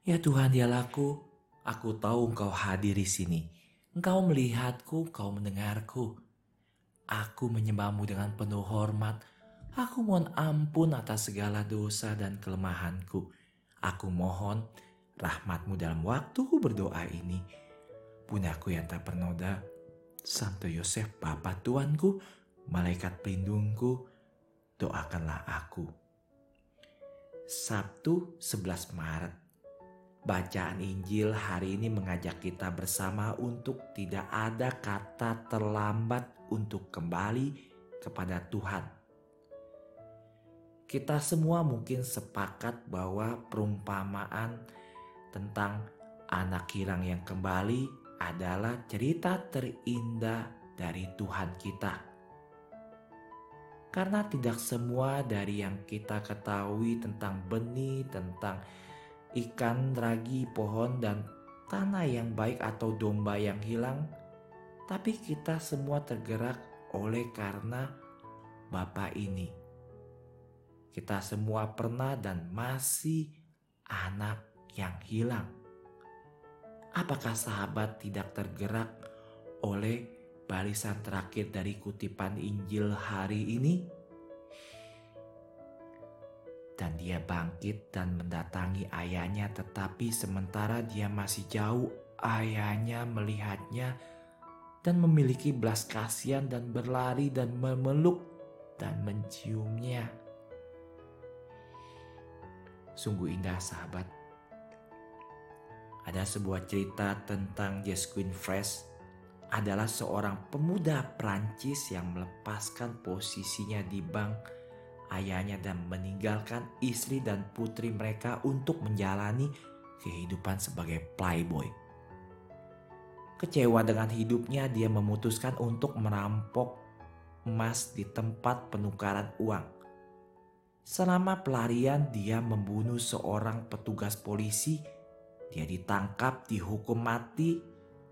Ya Tuhan, Dialaku, aku tahu Engkau hadir di sini. Engkau melihatku, Engkau mendengarku. Aku menyembahmu dengan penuh hormat. Aku mohon ampun atas segala dosa dan kelemahanku. Aku mohon rahmat-Mu dalam waktuku berdoa ini. Bundaku yang tak bernoda, Santo Yosef, Bapa Tuanku, Malaikat pelindungku, doakanlah aku. Sabtu 11 Maret. Bacaan Injil hari ini mengajak kita bersama untuk tidak ada kata terlambat untuk kembali kepada Tuhan. Kita semua mungkin sepakat bahwa perumpamaan tentang anak hilang yang kembali adalah cerita terindah dari Tuhan kita. Karena tidak semua dari yang kita ketahui tentang benih, tentang ikan, ragi, pohon, dan tanah yang baik atau domba yang hilang, tapi kita semua tergerak oleh karena Bapa ini. Kita semua pernah dan masih anak yang hilang. Apakah sahabat tidak tergerak oleh barisan terakhir dari kutipan Injil hari ini? Dan dia bangkit dan mendatangi ayahnya, tetapi sementara dia masih jauh, ayahnya melihatnya dan memiliki belas kasihan dan berlari dan memeluk dan menciumnya. Sungguh indah, sahabat. Ada sebuah cerita tentang Jacques Fresh, adalah seorang pemuda Prancis yang melepaskan posisinya di bank ayahnya dan meninggalkan istri dan putri mereka untuk menjalani kehidupan sebagai playboy. Kecewa dengan hidupnya, dia memutuskan untuk merampok emas di tempat penukaran uang. Selama pelarian, dia membunuh seorang petugas polisi. Dia ditangkap, dihukum mati.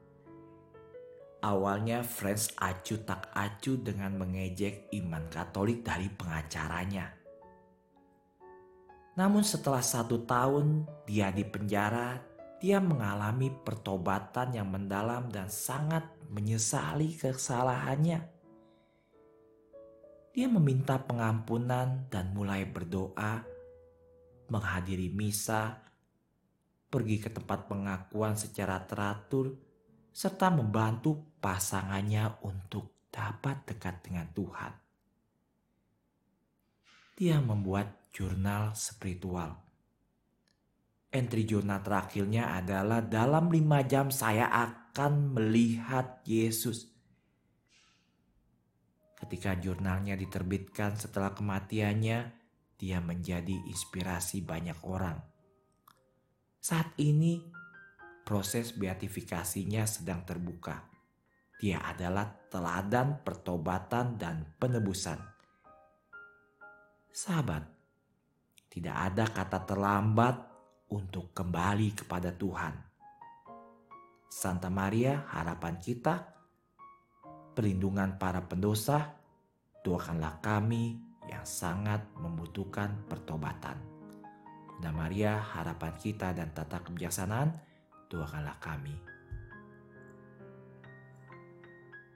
Awalnya Franz acuh tak acuh dengan mengejek iman Katolik dari pengacaranya. Namun setelah 1 tahun dia di penjara, dia mengalami pertobatan yang mendalam dan sangat menyesali kesalahannya. Dia meminta pengampunan dan mulai berdoa, menghadiri misa, pergi ke tempat pengakuan secara teratur, serta membantu pasangannya untuk dapat dekat dengan Tuhan. Dia membuat jurnal spiritual. Entry jurnal terakhirnya adalah, dalam 5 jam saya akan melihat Yesus. Ketika jurnalnya diterbitkan setelah kematiannya, dia menjadi inspirasi banyak orang. Saat ini proses beatifikasinya sedang terbuka. Dia adalah teladan pertobatan dan penebusan. Sahabat, tidak ada kata terlambat untuk kembali kepada Tuhan. Santa Maria, harapan kita, perlindungan para pendosa, doakanlah kami yang sangat membutuhkan pertobatan. Bunda Maria, harapan kita dan tata kebijaksanaan, doakanlah kami.